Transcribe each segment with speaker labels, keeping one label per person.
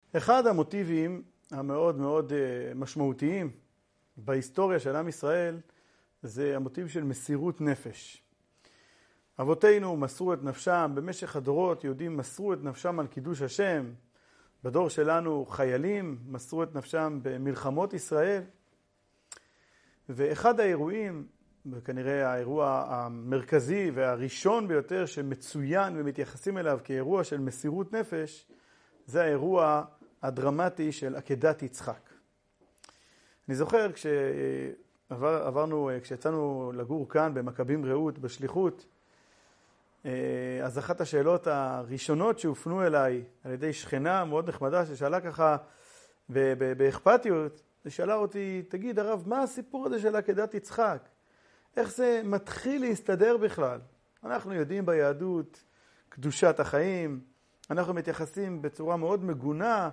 Speaker 1: אחד המוטיבים המאוד מאוד משמעותיים בהיסטוריה של עם ישראל זה המוטיב של מסירות נפש. אבותינו מסרו את נפשם במשך הדורות, יהודים מסרו את נפשם על קידוש השם. בדור שלנו חיילים מסרו את נפשם במלחמות ישראל. ואחד האירועים, וכנראה האירוע המרכזי והראשון ביותר שמצוין ומתייחסים אליו כאירוע של מסירות נפש, זה האירוע הדרמטי של עקדת יצחק. אני זוכר כשיצאנו לגור כאן במכבים רעות בשליחות, אז אחת השאלות הראשונות שהופנו אליי על ידי שכנה מאוד נחמדה ששאלה ככה באכפתיות, שאלה אותי, תגיד הרב, מה הסיפור הזה של עקדת יצחק? איך זה מתחיל להסתדר בכלל? אנחנו יודעים ביהדות קדושת החיים, אנחנו מתייחסים בצורה מאוד מגונה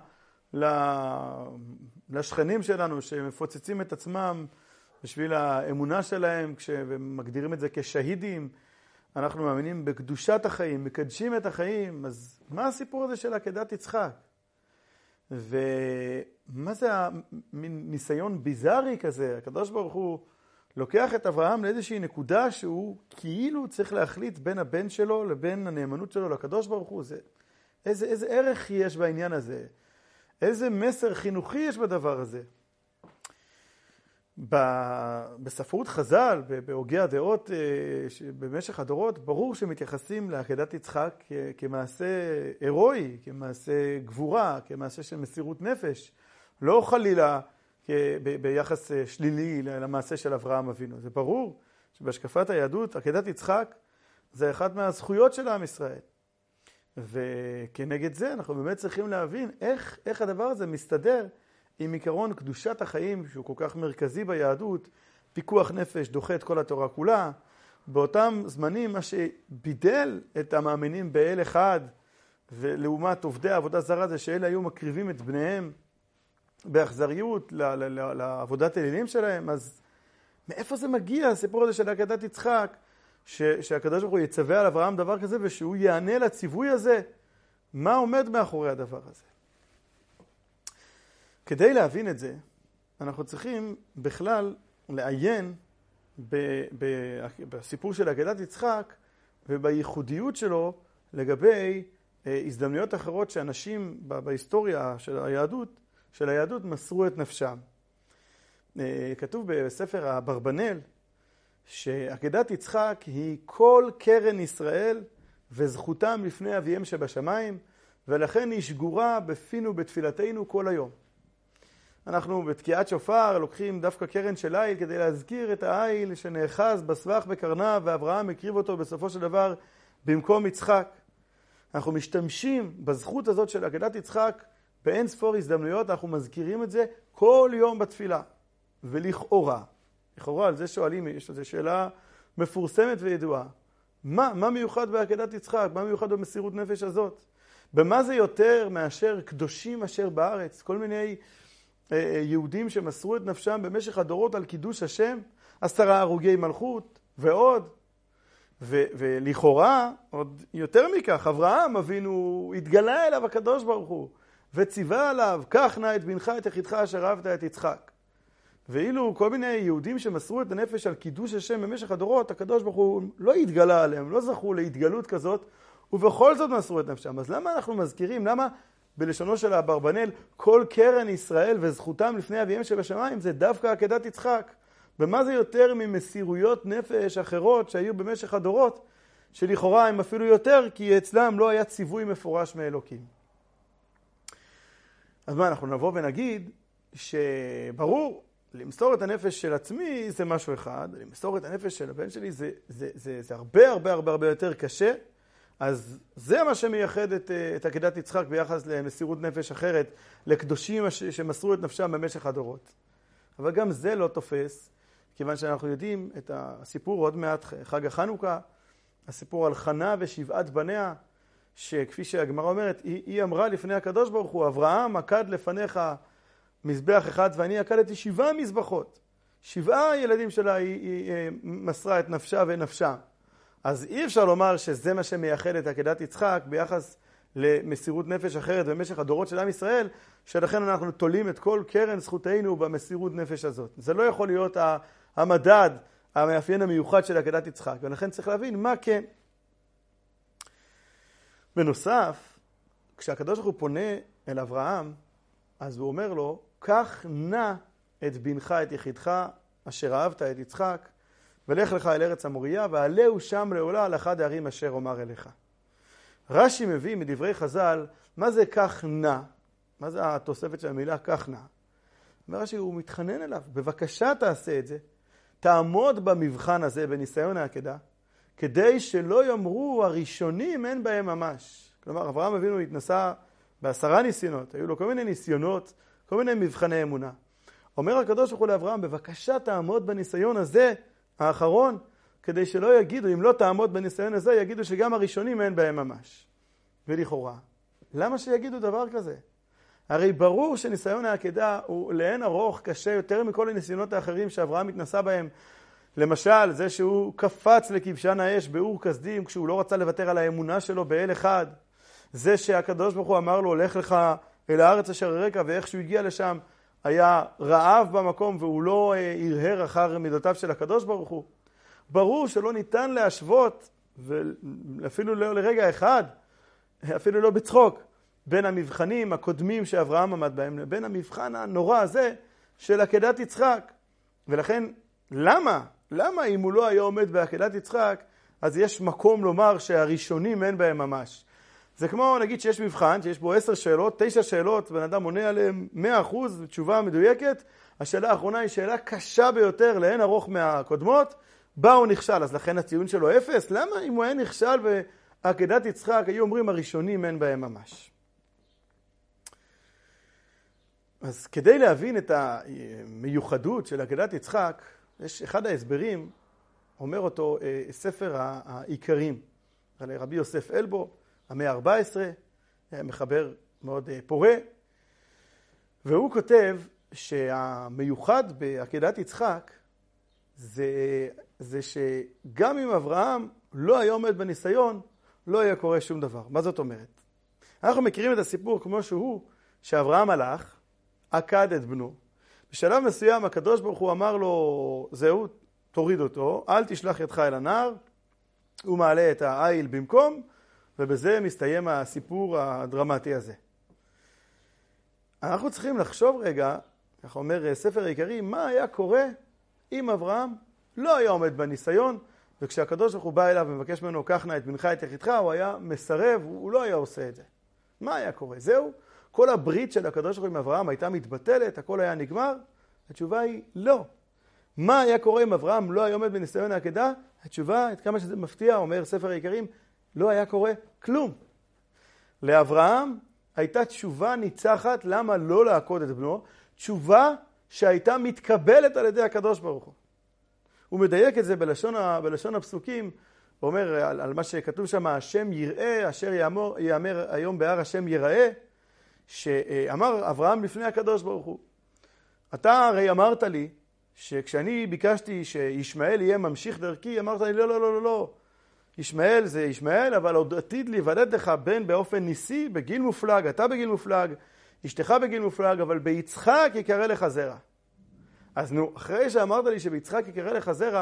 Speaker 1: לשכנים שלנו שמפוצצים את עצמם בשביל האמונה שלהם, כשמגדירים את זה כשהידים. אנחנו מאמינים בקדושת החיים, מקדשים את החיים. אז מה הסיפור הזה של עקדת יצחק? ומה זה המין ניסיון ביזארי כזה? הקדוש ברוך הוא לוקח את אברהם לאיזושהי נקודה שהוא כאילו צריך להחליט בין הבן שלו לבין הנאמנות שלו לקדוש ברוך הוא. איזה ערך יש בעניין הזה? איזה מסר חינוכי יש בדבר הזה? בספרות חז"ל, בהוגי הדעות במשך הדורות, ברור שמתייחסים לעקדת יצחק כמעשה הירואי, כמעשה גבורה, כמעשה של מסירות נפש. לא חלילה ביחס שלילי למעשה של אברהם אבינו. זה ברור שבהשקפת היהדות, עקדת יצחק זה אחת מהזכויות של עם ישראל. וכנגד זה אנחנו באמת צריכים להבין איך הדבר הזה מסתדר עם עיקרון קדושת החיים שהוא כל כך מרכזי ביהדות, פיקוח נפש דוחה את כל התורה כולה. באותם זמנים מה שבידל את המאמינים באל אחד ולעומת עובדי העבודה זרה זה שאלה היו מקריבים את בניהם באכזריות לעבודת אלילים שלהם. אז מאיפה זה מגיע הסיפור הזה של עקדת יצחק? שהקדוש ברוך הוא יצווה על אברהם דבר כזה ושהוא יענה לציווי הזה? מה עומד מאחורי הדבר הזה? כדי להבין את זה, אנחנו צריכים בכלל לעיין בסיפור של עקדת יצחק ובייחודיות שלו לגבי הזדמנויות אחרות שאנשים בהיסטוריה של היהדות מסרו את נפשם. כתוב בספר אברבנאל שעקדת יצחק היא כל קרן ישראל וזכותם לפני אביהם שבשמיים, ולכן היא שגורה בפינו בתפילתנו כל היום. אנחנו בתקיעת שופר לוקחים דווקא קרן של איל כדי להזכיר את האיל שנאחז בסבך בקרניו ואברהם הקריב אותו בסופו של דבר במקום יצחק. אנחנו משתמשים בזכות הזאת של עקדת יצחק באין ספור הזדמנויות, אנחנו מזכירים את זה כל יום בתפילה. ולכאורה, על זה שואלים, יש לזה שאלה מפורסמת וידועה. מה מיוחד בעקדת יצחק? מה מיוחד במסירות נפש הזאת? במה זה יותר מאשר קדושים אשר בארץ? כל מיני יהודים שמסרו את נפשם במשך הדורות על קידוש השם, 10 הרוגי מלכות ועוד. ולכאורה, עוד יותר מכך, אברהם אבינו התגלה אליו הקדוש ברוך הוא, וציווה עליו, קח נא את בנך את יחידך אשר אהבת את יצחק. ואילו כל מיני יהודים שמסרו את הנפש על קידוש השם במשך הדורות, הקדוש ברוך הוא לא התגלה עליהם, לא זכו להתגלות כזאת, ובכל זאת מסרו את נפשם. אז למה אנחנו מזכירים? למה בלשונו של אברבנאל, כל קרן ישראל וזכותם לפני אביהם שבשמיים, זה דווקא עקדת יצחק? ומה זה יותר ממסירויות נפש אחרות שהיו במשך הדורות, שלכאורה הם אפילו יותר, כי אצלם לא היה ציווי מפורש מאלוקים. אז מה, אנחנו נבוא ונגיד שברור, למסור את הנפש של עצמי זה משהו אחד, למסור את הנפש של הבן שלי זה הרבה יותר קשה. אז זה מה שמייחד את עקדת יצחק ביחס למסירות נפש אחרת, לקדושים שמסרו את נפשם במשך הדורות. אבל גם זה לא תופס, כיוון שאנחנו יודעים את הסיפור עוד מעט, חג החנוכה, הסיפור על חנה ושבעת בניה, שכפי שהגמרא אומרת, היא אמרה לפני הקדוש ברוך הוא, אברהם עקד לפניך מזבח אחד ואני עקדתי 7 מזבחות. 7 ילדים שלה היא מסרה את נפשה ונפשה. אז אי אפשר לומר שזה מה שמייחד את עקדת יצחק ביחס למסירות נפש אחרת במשך הדורות של עם ישראל, שלכן אנחנו תולים את כל קרן זכותנו במסירות נפש הזאת. זה לא יכול להיות המדד, המאפיין המיוחד של עקדת יצחק, ולכן צריך להבין מה כן. בנוסף, כשהקדוש ברוך הוא פונה אל אברהם, אז הוא אומר לו, קח נא את בנך, את יחידך, אשר אהבת את יצחק, ולך לך אל ארץ המוריה, ועלהו שם לעולה על אחד הערים אשר אומר אליך. רש"י מביא מדברי חז"ל, מה זה קח נא? מה זה התוספת של המילה קח נא? אומר רש"י, הוא מתחנן אליו, בבקשה תעשה את זה, תעמוד במבחן הזה, בניסיון העקדה, כדי שלא יאמרו הראשונים אין בהם ממש. כלומר, אברהם אבינו התנסה ב10 ניסיונות, היו לו כל מיני ניסיונות, כל מיני מבחני אמונה. אומר הקדוש ברוך הוא לאברהם, בבקשה תעמוד בניסיון הזה, האחרון, כדי שלא יגידו, אם לא תעמוד בניסיון הזה, יגידו שגם הראשונים אין בהם ממש. ולכאורה, למה שיגידו דבר כזה? הרי ברור שניסיון העקדה הוא לאין ארוך קשה יותר מכל הניסיונות האחרים שאברהם התנסה בהם. למשל, זה שהוא קפץ לכבשן האש באור כסדים, כשהוא לא רצה לוותר על האמונה שלו באל אחד. זה שהקדוש ברוך הוא אמר לו, לך לך אל הארץ אשר הרקע, ואיך שהוא הגיע לשם, היה רעב במקום, והוא לא הרהר אחר מידותיו של הקדוש ברוך הוא. ברור שלא ניתן להשוות, ואפילו לא לרגע אחד, אפילו לא בצחוק, בין המבחנים הקודמים שאברהם עמד בהם, לבין המבחן הנורא הזה של עקדת יצחק. ולכן, למה אם הוא לא היה עומד בעקדת יצחק, אז יש מקום לומר שהראשונים אין בהם ממש. זה כמו נגיד שיש מבחן, שיש בו 10 שאלות, 9 שאלות, בן אדם עונה עליהם 100% תשובה מדויקת. השאלה האחרונה היא שאלה קשה ביותר, לאין ארוך מהקודמות, בה הוא נכשל, אז לכן הציון שלו 0. למה אם הוא היה נכשל בעקדת יצחק, היו אומרים הראשונים אין בהם ממש. אז כדי להבין את המיוחדות של עקדת יצחק, יש אחד ההסברים, אומר אותו ספר העיקרים, רבי יוסף אלבו, המאה ה-14, מחבר מאוד פורה, והוא כותב שהמיוחד בעקדת יצחק זה שגם אם אברהם לא היה עומד בניסיון, לא היה קורה שום דבר. מה זאת אומרת? אנחנו מכירים את הסיפור כמו שהוא, שאברהם הלך, עקד את בנו. בשלב מסוים הקדוש ברוך הוא אמר לו, זהו, תוריד אותו, אל תשלח ידך אל הנער, הוא מעלה את העיל במקום, ובזה מסתיים הסיפור הדרמטי הזה. אנחנו צריכים לחשוב רגע, כך אומר ספר העיקרים, מה היה קורה אם אברהם לא היה עומד בניסיון, וכשהקדוש ברוך הוא בא אליו ומבקש ממנו, קח נא את בנך את יחידך, הוא היה מסרב, הוא לא היה עושה את זה. מה היה קורה? זהו? כל הברית של הקדוש ברוך הוא עם אברהם הייתה מתבטלת, הכל היה נגמר? התשובה היא לא. מה היה קורה אם אברהם לא היה עומד בניסיון העקדה? התשובה, את כמה שזה מפתיע, אומר ספר העיקרים, לא היה קורה כלום. לאברהם הייתה תשובה ניצחת, למה לא לעקוד את בנו? תשובה שהייתה מתקבלת על ידי הקדוש ברוך הוא. הוא מדייק את זה בלשון הפסוקים, הוא אומר על מה שכתוב שם, השם יראה, אשר יאמר היום בהר השם יראה, שאמר אברהם לפני הקדוש ברוך הוא. אתה הרי אמרת לי, שכשאני ביקשתי שישמעאל יהיה ממשיך דרכי, אמרת לי לא, לא, לא, לא, לא. ישמעאל זה ישמעאל, אבל עוד עתיד להיוולד לך בן באופן ניסי, בגיל מופלג, אתה בגיל מופלג, אשתך בגיל מופלג, אבל ביצחק יקרא לך זרע. אז נו, אחרי שאמרת לי שביצחק יקרא לך זרע,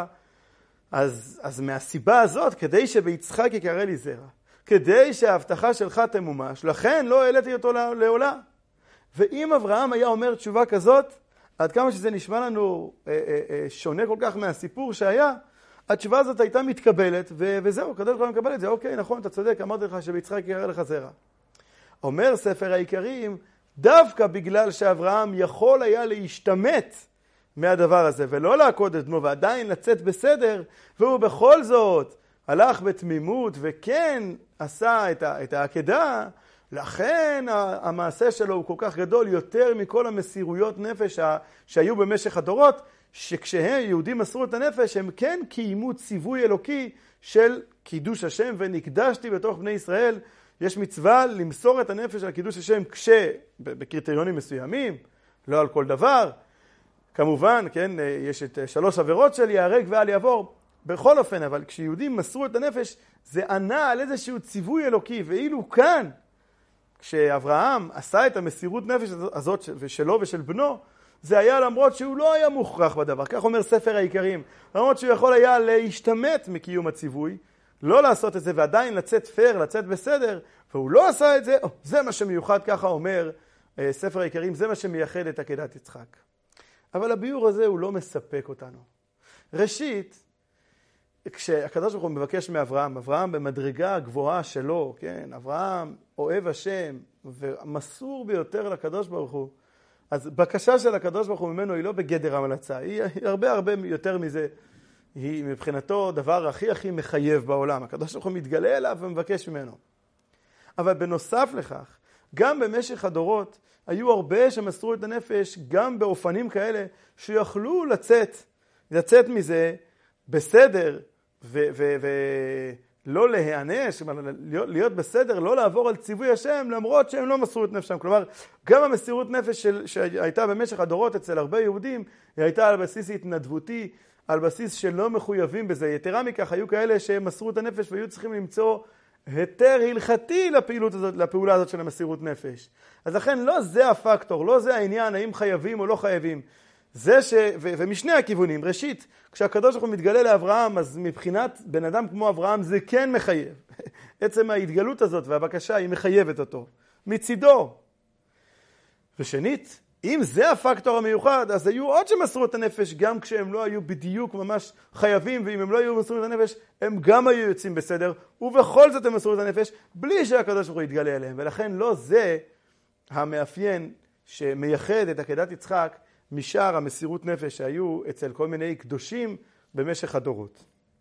Speaker 1: אז מהסיבה הזאת, כדי שביצחק יקרא לי זרע, כדי שההבטחה שלך תמומש, לכן לא העליתי אותו לעולה. ואם אברהם היה אומר תשובה כזאת, עד כמה שזה נשמע לנו שונה כל כך מהסיפור שהיה, התשובה הזאת הייתה מתקבלת, וזהו, הקדוש ברוך הוא מקבל את זה, אוקיי, נכון, אתה צודק, אמרתי לך שביצחק יקרא לך זרע. אומר ספר העיקרים, דווקא בגלל שאברהם יכול היה להשתמט מהדבר הזה, ולא לעקוד את בנו, ועדיין לצאת בסדר, והוא בכל זאת הלך בתמימות, וכן עשה את העקדה, לכן המעשה שלו הוא כל כך גדול, יותר מכל המסירויות נפש שהיו במשך הדורות, שכשהם יהודים מסרו את הנפש, הם כן קיימו ציווי אלוקי של קידוש השם, ונקדשתי בתוך בני ישראל. יש מצווה למסור את הנפש על קידוש השם, בקריטריונים מסוימים, לא על כל דבר. כמובן, כן, יש את 3 עבירות של יהרג ואל יעבור. בכל אופן, אבל כשיהודים מסרו את הנפש, זה ענה על איזשהו ציווי אלוקי, ואילו כאן, כשאברהם עשה את המסירות נפש הזאת שלו ושל בנו, זה היה למרות שהוא לא היה מוכרח בדבר. כך אומר ספר העיקרים. למרות שהוא יכול היה להשתמט מקיום הציווי, לא לעשות את זה ועדיין לצאת פייר, לצאת בסדר, והוא לא עשה את זה, זה מה שמיוחד, ככה אומר ספר העיקרים, זה מה שמייחד את עקדת יצחק. אבל הביאור הזה הוא לא מספק אותנו. ראשית, כשהקדוש ברוך הוא מבקש מאברהם, אברהם במדרגה הגבוהה שלו, כן, אברהם אוהב השם ומסור ביותר לקדוש ברוך הוא, אז בקשה של הקדוש ברוך הוא ממנו היא לא בגדר המלצה, היא הרבה יותר מזה, היא מבחינתו דבר הכי מחייב בעולם. הקדוש ברוך הוא מתגלה אליו ומבקש ממנו. אבל בנוסף לכך, גם במשך הדורות היו הרבה שמסרו את הנפש גם באופנים כאלה שיכלו לצאת מזה בסדר ולא להיענש, להיות בסדר, לא לעבור על ציווי השם למרות שהם לא מסרו את נפשם. כלומר, גם המסירות נפש שהייתה במשך הדורות אצל הרבה יהודים, היא הייתה על בסיס התנדבותי, על בסיס שלא מחויבים בזה. יתרה מכך, היו כאלה שמסרו את הנפש והיו צריכים למצוא היתר הלכתי לפעולה הזאת של המסירות נפש. אז לכן לא זה הפקטור, לא זה העניין, האם חייבים או לא חייבים. ומשני הכיוונים, ראשית, כשהקדוש ברוך הוא מתגלה לאברהם, אז מבחינת בן אדם כמו אברהם זה כן מחייב. עצם ההתגלות הזאת והבקשה היא מחייבת אותו, מצידו. ושנית, אם זה הפקטור המיוחד, אז היו עוד שמסרו את הנפש גם כשהם לא היו בדיוק ממש חייבים, ואם הם לא היו מסרו את הנפש, הם גם היו יוצאים בסדר, ובכל זאת הם מסרו את הנפש, בלי שהקדוש ברוך הוא יתגלה אליהם. ולכן לא זה המאפיין שמייחד את עקדת יצחק משאר המסירות נפש שהיו אצל כל מיני קדושים במשך הדורות.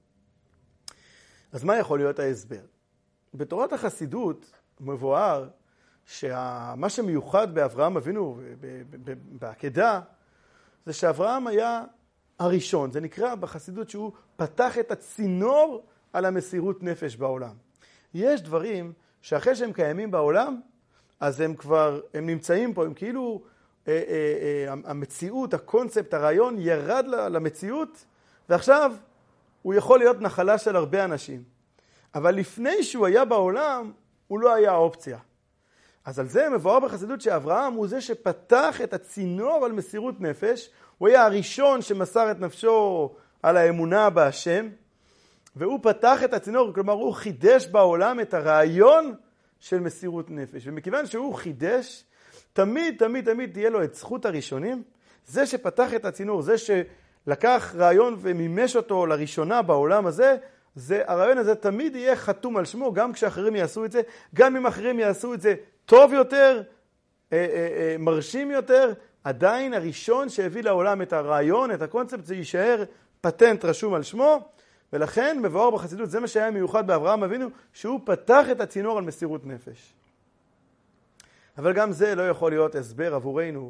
Speaker 1: אז מה יכול להיות ההסבר? בתורת החסידות מבואר שמה שמיוחד באברהם אבינו בעקדה, זה שאברהם היה הראשון. זה נקרא בחסידות שהוא פתח את הצינור על המסירות נפש בעולם. יש דברים שאחרי שהם קיימים בעולם, אז הם נמצאים פה, הם כאילו המציאות, הקונספט, הרעיון ירד למציאות, ועכשיו הוא יכול להיות נחלה של הרבה אנשים. אבל לפני שהוא היה בעולם, הוא לא היה אופציה. אז על זה מבואר בחסידות שאברהם הוא זה שפתח את הצינור על מסירות נפש, הוא היה הראשון שמסר את נפשו על האמונה בהשם, והוא פתח את הצינור, כלומר הוא חידש בעולם את הרעיון של מסירות נפש. ומכיוון שהוא חידש, תמיד תהיה לו את זכות הראשונים. זה שפתח את הצינור, זה שלקח רעיון ומימש אותו לראשונה בעולם הזה, הרעיון הזה תמיד יהיה חתום על שמו, גם כשאחרים יעשו את זה, גם אם אחרים יעשו את זה טוב יותר, מרשים יותר, עדיין הראשון שהביא לעולם את הרעיון, את הקונספט, זה יישאר פטנט רשום על שמו, ולכן מבואר בחסידות, זה מה שהיה מיוחד באברהם אבינו, שהוא פתח את הצינור על מסירות נפש. אבל גם זה לא יכול להיות הסבר עבורנו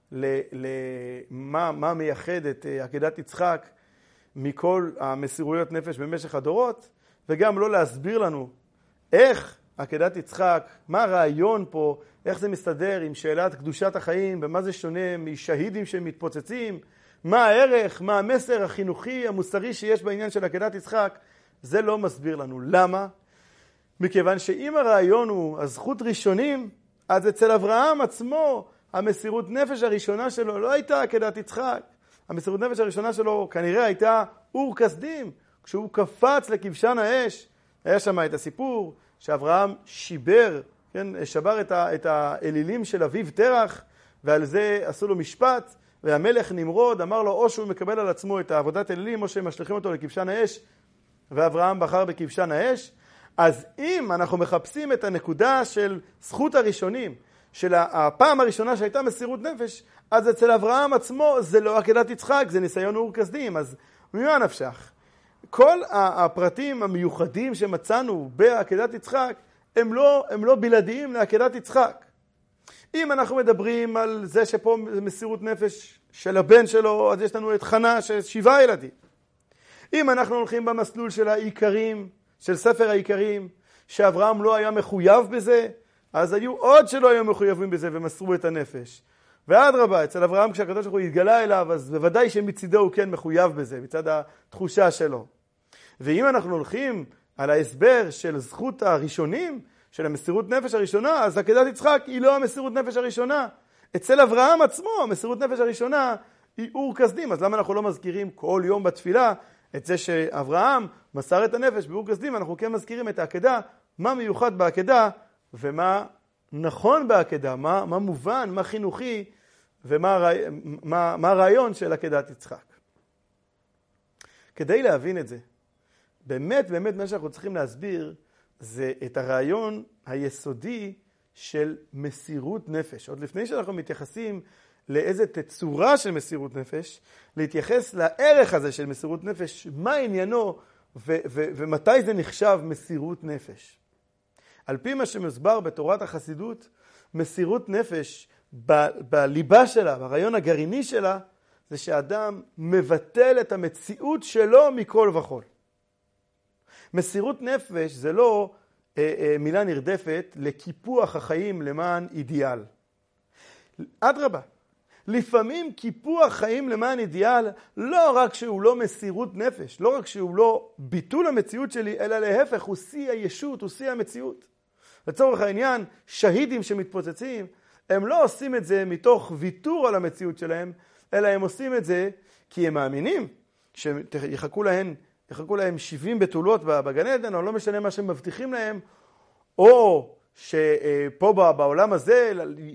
Speaker 1: למה מייחד את עקדת יצחק מכל המסירויות נפש במשך הדורות, וגם לא להסביר לנו איך עקדת יצחק, מה הרעיון פה, איך זה מסתדר עם שאלת קדושת החיים, ומה זה שונה משהידים שמתפוצצים, מה הערך, מה המסר החינוכי, המוסרי שיש בעניין של עקדת יצחק, זה לא מסביר לנו. למה? מכיוון שאם הרעיון הוא הזכות ראשונים, אז אצל אברהם עצמו, המסירות נפש הראשונה שלו לא הייתה עקדת יצחק. המסירות נפש הראשונה שלו כנראה הייתה אור כסדים. כשהוא קפץ לכבשן האש, היה שם את הסיפור שאברהם שבר את האלילים של אביו תרח, ועל זה עשו לו משפט, והמלך נמרוד אמר לו או שהוא מקבל על עצמו את העבודת אלילים, או שהם משליכים אותו לכבשן האש, ואברהם בחר בכבשן האש. אז אם אנחנו מחפשים את הנקודה של זכות הראשונים, של הפעם הראשונה שהייתה מסירות נפש, אז אצל אברהם עצמו זה לא עקדת יצחק, זה ניסיון אור כסדים. אז ממה נפשך? כל הפרטים המיוחדים שמצאנו בעקדת יצחק, הם לא בלעדיים לעקדת יצחק. אם אנחנו מדברים על זה שפה מסירות נפש של הבן שלו, אז יש לנו את חנה של 7 ילדים. אם אנחנו הולכים במסלול של העיקרים, של ספר העיקרים, שאברהם לא היה מחויב בזה, אז היו עוד שלא היו מחויבים בזה ומסרו את הנפש. ואדרבה, אצל אברהם כשהקדוש ברוך הוא התגלה אליו, אז בוודאי שמצידו הוא כן מחויב בזה, מצד התחושה שלו. ואם אנחנו הולכים על ההסבר של זכות הראשונים, של המסירות נפש הראשונה, אז עקדת יצחק היא לא המסירות נפש הראשונה. אצל אברהם עצמו, המסירות נפש הראשונה היא אור כסדים. אז למה אנחנו לא מזכירים כל יום בתפילה את זה שאברהם מסר את הנפש באור כסדים? אנחנו כן מזכירים את העקדה, מה מיוחד בעקדה ומה נכון בעקדה, מה מובן, מה חינוכי ומה הרעיון של עקדת יצחק. כדי להבין את זה, באמת מה שאנחנו צריכים להסביר זה את הרעיון היסודי של מסירות נפש. עוד לפני שאנחנו מתייחסים לאיזה תצורה של מסירות נפש, להתייחס לערך הזה של מסירות נפש, מה עניינו ומתי זה נחשב מסירות נפש. על פי מה שמסבר בתורת החסידות, מסירות נפש בליבה שלה, ברעיון הגרעיני שלה, זה שאדם מבטל את המציאות שלו מכל וכל. מסירות נפש זה לא מילה נרדפת לקיפוח החיים למען אידיאל. אדרבה, לפעמים קיפוח חיים למען אידיאל לא רק שהוא לא מסירות נפש, לא רק שהוא לא ביטול המציאות שלי, אלא להפך, הוא שיא הישות, הוא שיא המציאות. לצורך העניין, שהידים שמתפוצצים, הם לא עושים את זה מתוך ויתור על המציאות שלהם, אלא הם עושים את זה כי הם מאמינים שיחכו להם 70 בתולות בגן עדן, או לא משנה מה שהם מבטיחים להם, או שפה בעולם הזה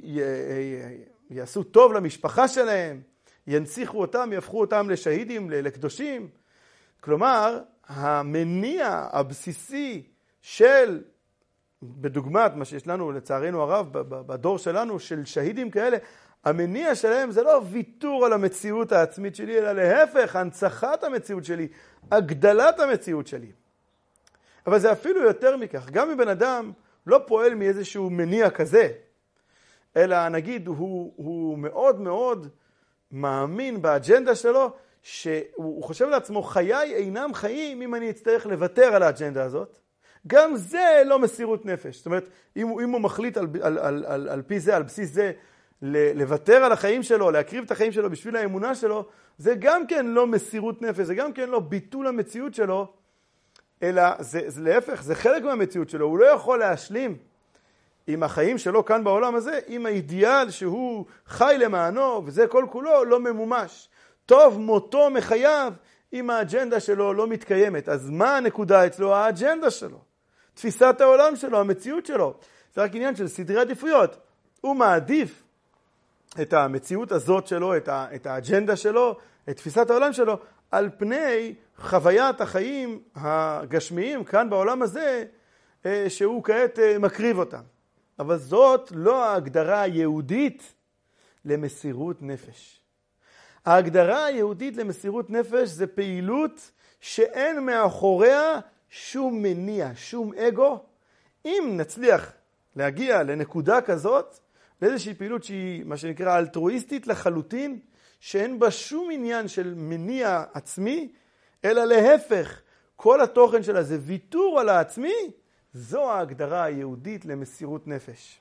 Speaker 1: יעשו טוב למשפחה שלהם, ינציחו אותם, יהפכו אותם לשהידים, לקדושים. כלומר, המניע הבסיסי של, בדוגמת מה שיש לנו לצערנו הרב בדור שלנו, של שהידים כאלה, המניע שלהם זה לא ויתור על המציאות העצמית שלי, אלא להפך, הנצחת המציאות שלי, הגדלת המציאות שלי. אבל זה אפילו יותר מכך. גם אם בן אדם לא פועל מאיזשהו מניע כזה, אלא נגיד הוא מאוד מאוד מאמין באג'נדה שלו, שהוא חושב לעצמו, חיי אינם חיים אם אני אצטרך לוותר על האג'נדה הזאת. גם זה לא מסירות נפש. זאת אומרת, אם הוא מחליט על פי זה, על בסיס זה, לוותר על החיים שלו, להקריב את החיים שלו בשביל האמונה שלו, זה גם כן לא מסירות נפש, זה גם כן לא ביטול המציאות שלו, אלא זה להפך, זה חלק מהמציאות שלו. הוא לא יכול להשלים עם החיים שלו כאן בעולם הזה, עם האידיאל שהוא חי למענו, וזה כל כולו לא ממומש. טוב מותו מחייו, אם האג'נדה שלו לא מתקיימת. אז מה הנקודה אצלו? האג'נדה שלו. תפיסת העולם שלו, המציאות שלו. זה רק עניין של סדרי עדיפויות. הוא מעדיף את המציאות הזאת שלו, את האג'נדה שלו, את תפיסת העולם שלו, על פני חוויית החיים הגשמיים כאן בעולם הזה, שהוא כעת מקריב אותם. אבל זאת לא ההגדרה היהודית למסירות נפש. ההגדרה היהודית למסירות נפש זה פעילות שאין מאחוריה שום מניע, שום אגו. אם נצליח להגיע לנקודה כזאת, לאיזושהי פעילות שהיא מה שנקרא אלטרואיסטית לחלוטין, שאין בה שום עניין של מניע עצמי, אלא להפך, כל התוכן שלה זה ויתור על העצמי, זו ההגדרה היהודית למסירות נפש.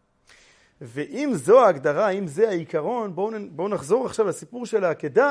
Speaker 1: ואם זו ההגדרה, אם זה העיקרון, בואו נחזור עכשיו לסיפור של העקדה,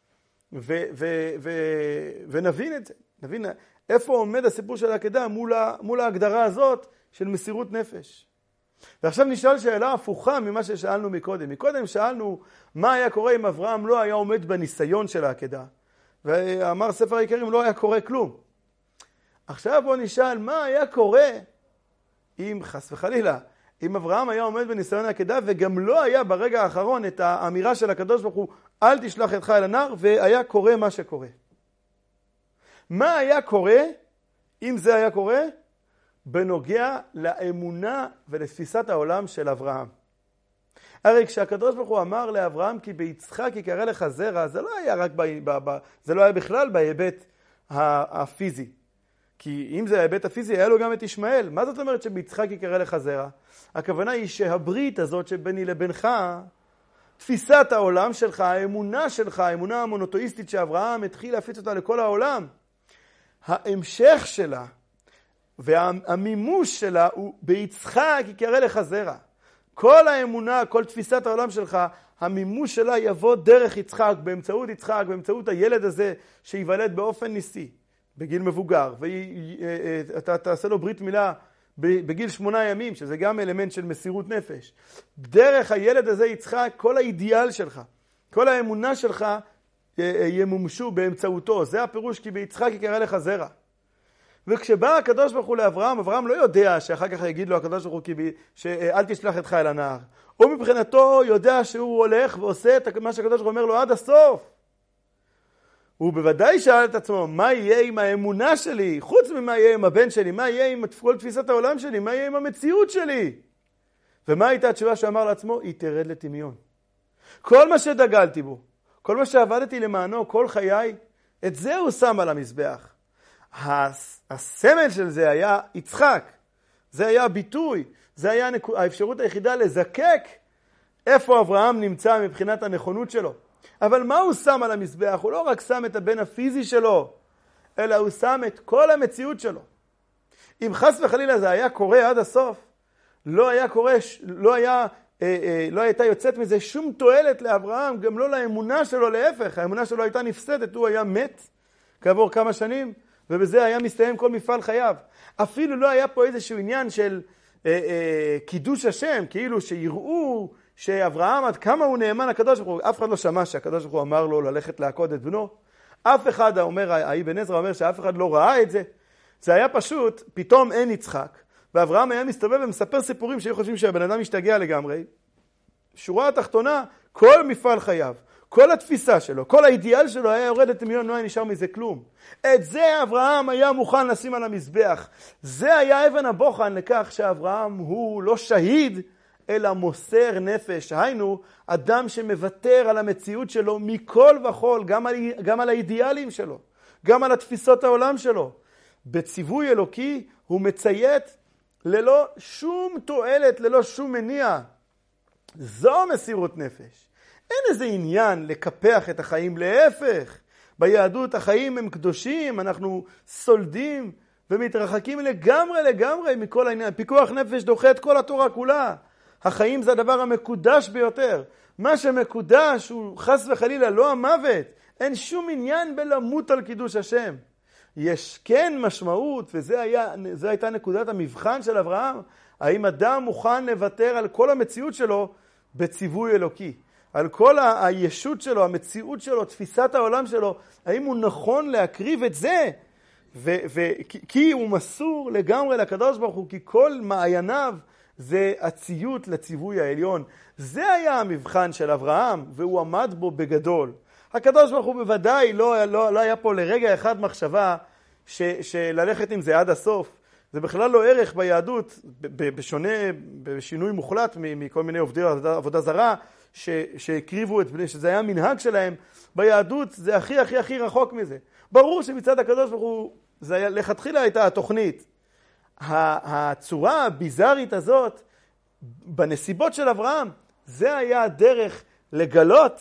Speaker 1: ונבין את זה. נבין איפה עומד הסיפור של העקדה מול ההגדרה הזאת של מסירות נפש. ועכשיו נשאל שאלה הפוכה ממה ששאלנו מקודם. מקודם שאלנו מה היה קורה אם אברהם לא היה עומד בניסיון של העקדה. ואמר ספר העיקרים לא היה קורה כלום. עכשיו בוא נשאל מה היה קורה אם חס וחלילה, אם אברהם היה עומד בניסיון העקדה וגם לא היה ברגע האחרון את האמירה של הקדוש ברוך הוא אל תשלח ידך אל הנער, והיה קורה מה שקורה. מה היה קורה אם זה היה קורה? בנוגע לאמונה ולתפיסת העולם של אברהם. הרי כשהקדוש ברוך הוא אמר לאברהם כי ביצחק יקרא לך זרע, זה לא היה רק זה לא היה בכלל בהיבט הפיזי. כי אם זה ההיבט הפיזי, היה לו גם את ישמעאל. מה זאת אומרת שביצחק יקרא לך זרע? הכוונה היא שהברית הזאת שביני לבינך, תפיסת העולם שלך, האמונה שלך, האמונה המונותאיסטית שאברהם התחיל להפיץ אותה לכל העולם, ההמשך שלה והמימוש שלה הוא ביצחק יקרא לך זרע. כל האמונה, כל תפיסת העולם שלך, המימוש שלה יבוא דרך יצחק, באמצעות הילד הזה שיוולד באופן ניסי, בגיל מבוגר, ואתה תעשה לו ברית מילה בגיל 8 ימים, שזה גם אלמנט של מסירות נפש. דרך הילד הזה יצחק, כל האידיאל שלך, כל האמונה שלך ימומשו באמצעותו. זה הפירוש, כי ביצחק יקרא לך זרע. וכשבא הקדוש ברוך הוא לאברהם, אברהם לא יודע שאחר כך יגיד לו הקדוש ברוך הוא שאל תשלח ידך אל הנהר. הוא מבחינתו יודע שהוא הולך ועושה את מה שהקדוש ברוך הוא אומר לו עד הסוף. הוא בוודאי שאל את עצמו, מה יהיה עם האמונה שלי? חוץ ממה יהיה עם הבן שלי, מה יהיה עם כל תפיסת העולם שלי, מה יהיה עם המציאות שלי? ומה הייתה התשובה שאמר לעצמו? היא תרד לטמיון. כל מה שדגלתי בו, כל מה שעבדתי למענו, כל חיי, את זה הוא שם על המזבח. הסמל של זה היה יצחק. זה היה הביטוי. זה היה האפשרות היחידה לזקק איפה אברהם נמצא מבחינת הנכונות שלו. אבל מה הוא שם על המזבח? הוא לא רק שם את הבן הפיזי שלו, אלא הוא שם את כל המציאות שלו. אם חס וחלילה זה היה קורה עד הסוף, לא היה קורה, לא הייתה יוצאת מזה שום תועלת לאברהם, גם לא לאמונה שלו, להפך. האמונה שלו הייתה נפסדת, הוא היה מת כעבור כמה שנים, ובזה היה מסתיים כל מפעל חייו. אפילו לא היה פה איזשהו עניין של קידוש השם, כאילו שיראו שאברהם עד כמה הוא נאמן לקדוש ברוך הוא. אף אחד לא שמע שהקדוש ברוך הוא אמר לו ללכת לעקוד את בנו. אף אחד, האבן עזרא אומר שאף אחד לא ראה את זה. זה היה פשוט, פתאום אין יצחק. ואברהם היה מסתובב ומספר סיפורים שהיו חושבים שהבן אדם משתגע לגמרי. שורה התחתונה, כל מפעל חייו, כל התפיסה שלו, כל האידיאל שלו היה יורד לטמיון, לא היה נשאר מזה כלום. את זה אברהם היה מוכן לשים על המזבח. זה היה אבן הבוחן לכך שאברהם הוא לא שהיד, אלא מוסר נפש. היינו, אדם שמוותר על המציאות שלו מכל וכל, גם על האידיאלים שלו, גם על התפיסות העולם שלו. בציווי אלוקי הוא מציית ללא שום תועלת, ללא שום מניע. זו מסירות נפש. אין איזה עניין לקפח את החיים, להפך. ביהדות החיים הם קדושים, אנחנו סולדים ומתרחקים לגמרי מכל העניין. פיקוח נפש דוחה את כל התורה כולה. החיים זה הדבר המקודש ביותר. מה שמקודש הוא חס וחלילה לא המוות. אין שום עניין בלמות על קידוש השם. יש כן משמעות, וזו הייתה נקודת המבחן של אברהם. האם אדם מוכן לוותר על כל המציאות שלו בציווי אלוקי? על כל הישות שלו, המציאות שלו, תפיסת העולם שלו, האם הוא נכון להקריב את זה? כי הוא מסור לגמרי לקדוש ברוך הוא, כי כל מעייניו זה הציות לציווי העליון. זה היה המבחן של אברהם, והוא עמד בו בגדול. הקדוש ברוך הוא בוודאי לא היה פה לרגע אחד מחשבה שללכת עם זה עד הסוף. זה בכלל לא ערך ביהדות, בשינוי מוחלט מכל מיני עובדי עבודה זרה, שהקריבו את בני, שזה היה מנהג שלהם. ביהדות זה הכי רחוק מזה. ברור שמצד הקדוש ברוך הוא, זה היה, לכתחילה הייתה התוכנית. הצורה הביזארית הזאת, בנסיבות של אברהם, זה היה הדרך לגלות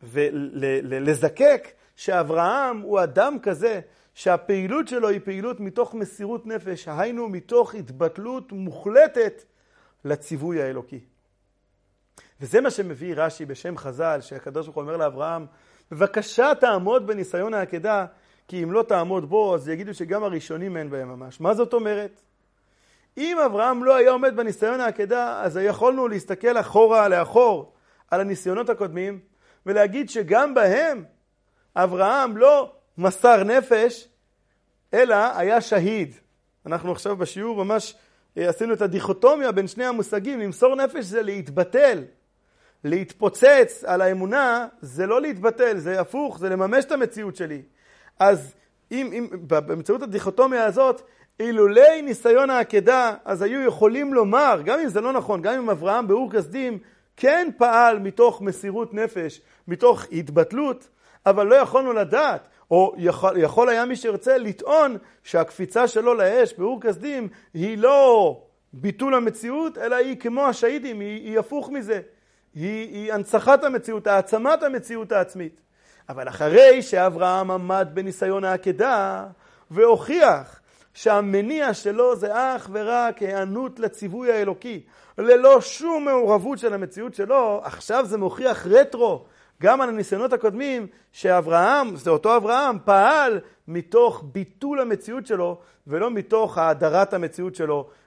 Speaker 1: ולזקק שאברהם הוא אדם כזה, שהפעילות שלו היא פעילות מתוך מסירות נפש, היינו מתוך התבטלות מוחלטת לציווי האלוקי. וזה מה שמביא רש"י בשם חז"ל, שהקדוש ברוך הוא אומר לאברהם, בבקשה תעמוד בניסיון העקדה, כי אם לא תעמוד בו, אז יגידו שגם הראשונים אין בהם ממש. מה זאת אומרת? אם אברהם לא היה עומד בניסיון העקדה, אז יכולנו להסתכל לאחור, על הניסיונות הקודמים, ולהגיד שגם בהם אברהם לא מסר נפש, אלא היה שהיד. אנחנו עכשיו בשיעור ממש עשינו את הדיכוטומיה בין שני המושגים. למסור נפש זה להתבטל. להתפוצץ על האמונה זה לא להתבטל, זה הפוך, זה לממש את המציאות שלי. אז באמצעות הדיכוטומיה הזאת, אילולי ניסיון העקדה, אז היו יכולים לומר, גם אם זה לא נכון, גם אם אברהם באור כסדים כן פעל מתוך מסירות נפש, מתוך התבטלות, אבל לא יכולנו לדעת, או יכול היה מי שרצה לטעון שהקפיצה שלו לאש באור כסדים היא לא ביטול המציאות, אלא היא כמו השהידים, היא הפוך מזה. היא הנצחת המציאות, העצמת המציאות העצמית. אבל אחרי שאברהם עמד בניסיון העקדה והוכיח שהמניע שלו זה אך ורק הענות לציווי האלוקי, ללא שום מעורבות של המציאות שלו, עכשיו זה מוכיח רטרו, גם על הניסיונות הקודמים, שאברהם, זה אותו אברהם, פעל מתוך ביטול המציאות שלו, ולא מתוך האדרת המציאות שלו,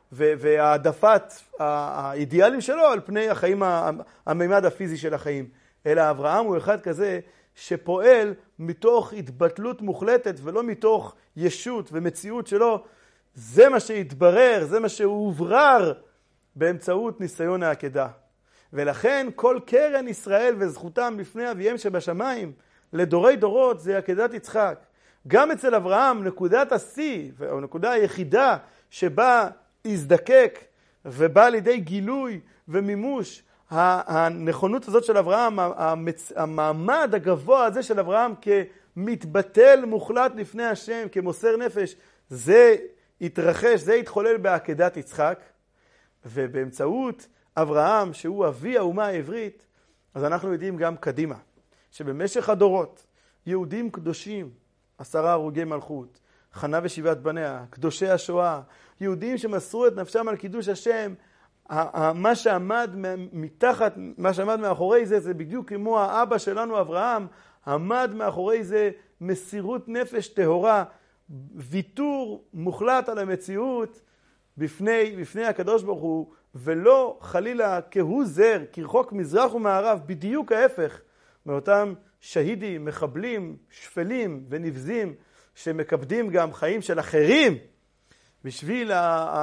Speaker 1: והעדפת האידיאלים שלו על פני החיים, המימד הפיזי של החיים. אלא אברהם הוא אחד כזה שפועל מתוך התבטלות מוחלטת ולא מתוך ישות ומציאות שלו. זה מה שהתברר, זה מה שהוברר באמצעות ניסיון העקדה. ולכן כל קרן ישראל וזכותם לפני אביהם שבשמיים לדורי דורות זה עקדת יצחק. גם אצל אברהם נקודת השיא או נקודה היחידה שבה הזדקק ובא לידי גילוי ומימוש הנכונות הזאת של אברהם, המעמד הגבוה הזה של אברהם כמתבטל מוחלט לפני השם, כמוסר נפש, זה התרחש, זה התחולל בעקדת יצחק. ובאמצעות אברהם, שהוא אבי האומה העברית, אז אנחנו יודעים גם קדימה, שבמשך הדורות, יהודים קדושים, 10 הרוגי מלכות, חנה ושבעת בניה, קדושי השואה, יהודים שמסרו את נפשם על קידוש השם, מה שעמד מתחת, מה שעמד מאחורי זה, זה בדיוק כמו האבא שלנו אברהם, עמד מאחורי זה מסירות נפש טהורה, ויתור מוחלט על המציאות בפני הקדוש ברוך הוא, ולא חלילה כהוא זר, כרחוק מזרח ומערב, בדיוק ההפך מאותם שהידים, מחבלים, שפלים ונבזים, שמקפדים גם חיים של אחרים, בשביל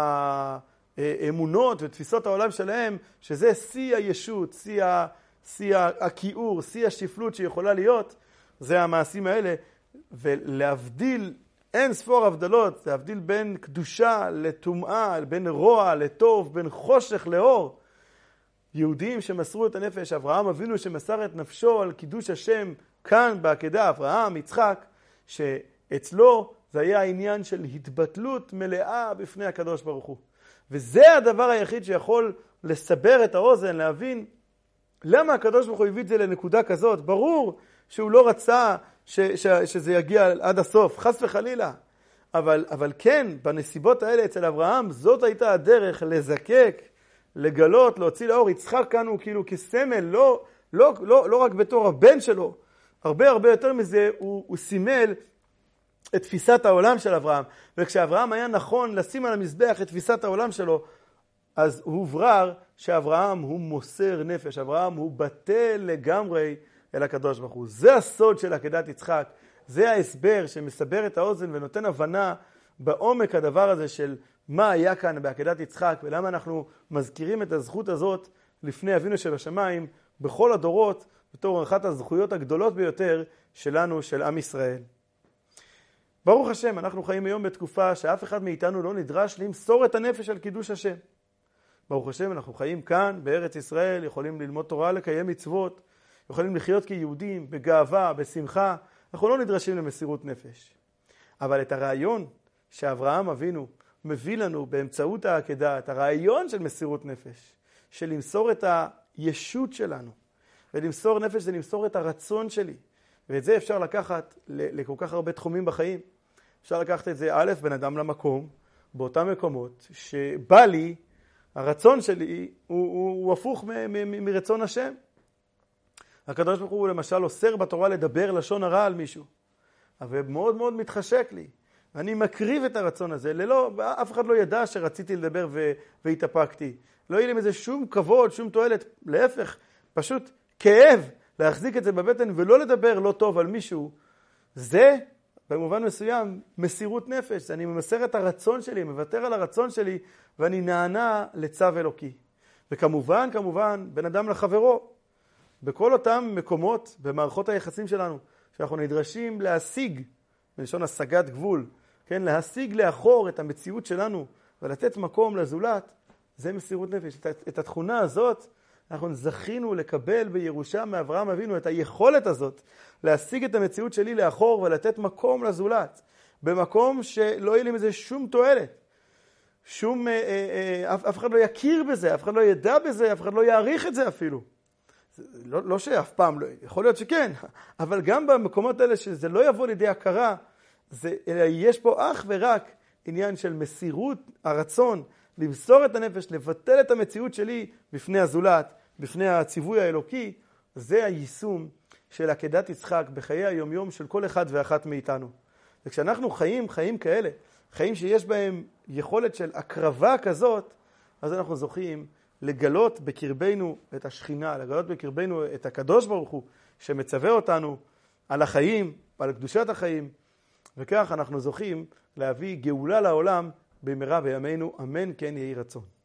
Speaker 1: האמונות ותפיסות העולם שלהם, שזה שיא הישות, שיא הכיעור, שיא השפלות שיכולה להיות, זה המעשים האלה. ולהבדיל אין ספור הבדלות, להבדיל בין קדושה לטומאה, בין רוע לטוב, בין חושך לאור. יהודים שמסרו את הנפש, אברהם אבינו שמסר את נפשו על קידוש השם כאן בעקדה, אברהם, יצחק, שאצלו זה היה העניין של התבטלות מלאה בפני הקדוש ברוך הוא. וזה הדבר היחיד שיכול לסבר את האוזן, להבין למה הקדוש ברוך הוא הביא את זה לנקודה כזאת. ברור שהוא לא רצה שזה יגיע עד הסוף, חס וחלילה. אבל כן, בנסיבות האלה אצל אברהם, זאת הייתה הדרך לזקק, לגלות, להוציא לאור. יצחק כאן הוא כאילו כסמל, לא רק בתור הבן שלו, הרבה יותר מזה, הוא סימל את תפיסת העולם של אברהם. וכשאברהם היה נכון לשים על המזבח את תפיסת העולם שלו, אז הוא הוברר שאברהם הוא מוסר נפש, אברהם הוא בטל לגמרי אל הקדוש ברוך הוא. זה הסוד של עקדת יצחק, זה ההסבר שמסבר את האוזן ונותן הבנה בעומק הדבר הזה של מה היה כאן בעקדת יצחק, ולמה אנחנו מזכירים את הזכות הזאת לפני אבינו שבשמיים בכל הדורות, בתור אחת הזכויות הגדולות ביותר שלנו, של עם ישראל. ברוך השם, אנחנו חיים היום בתקופה שאף אחד מאיתנו לא נדרש למסור את הנפש על קידוש השם. ברוך השם, אנחנו חיים כאן בארץ ישראל, יכולים ללמוד תורה, לקיים מצוות, יכולים לחיות כיהודים, בגאווה, בשמחה. אנחנו לא נדרשים למסירות נפש. אבל את הרעיון שאברהם אבינו מביא לנו באמצעות העקדה, את הרעיון של מסירות נפש, של למסור את הישות שלנו, ולמסור נפש זה למסור את הרצון שלי. ואת זה אפשר לקחת לכל כך הרבה תחומים בחיים. אפשר לקחת את זה, א', בן אדם למקום, באותם מקומות, שבא לי, הרצון שלי הוא הפוך מרצון השם. הקדוש ברוך הוא למשל אוסר בתורה לדבר לשון הרע על מישהו. אבל מאוד מאוד מתחשק לי. אני מקריב את הרצון הזה. אף אחד לא ידע שרציתי לדבר והתאפקתי. לא יהיה לי מזה שום כבוד, שום תועלת. להפך, פשוט כאב להחזיק את זה בבטן ולא לדבר לא טוב על מישהו. זה במובן מסוים מסירות נפש. אני ממסר את הרצון שלי, מוותר על הרצון שלי, ואני נענה לצו אלוקי. וכמובן, בן אדם לחברו. בכל אותם מקומות, במערכות היחסים שלנו, שאנחנו נדרשים להשיג, בלשון השגת גבול, כן, להשיג לאחור את המציאות שלנו, ולתת מקום לזולת, זה מסירות נפש. את התכונה הזאת, אנחנו זכינו לקבל בירושה מאברהם אבינו, את היכולת הזאת, להשיג את המציאות שלי לאחור, ולתת מקום לזולת, במקום שלא יהיה לי מזה שום תועלת. אף אחד לא יכיר בזה, אף אחד לא ידע בזה, אף אחד לא יעריך את זה אפילו. לא שאף פעם, יכול להיות שכן, אבל גם במקומות האלה שזה לא יבוא לידי הכרה, אלא יש פה אך ורק עניין של מסירות הרצון, למסור את הנפש, לבטל את המציאות שלי בפני הזולת, בפני הציווי האלוקי. זה היישום של עקדת יצחק בחיי היומיום של כל אחד ואחת מאיתנו. וכשאנחנו חיים כאלה, חיים שיש בהם יכולת של הקרבה כזאת, אז אנחנו זוכים לגלות בקרבנו את השכינה, לגלות בקרבנו את הקדוש ברוך הוא, שמצווה אותנו על החיים, על קדושת החיים, וכך אנחנו זוכים להביא גאולה לעולם במהרה בימינו, אמן כן יהי רצון.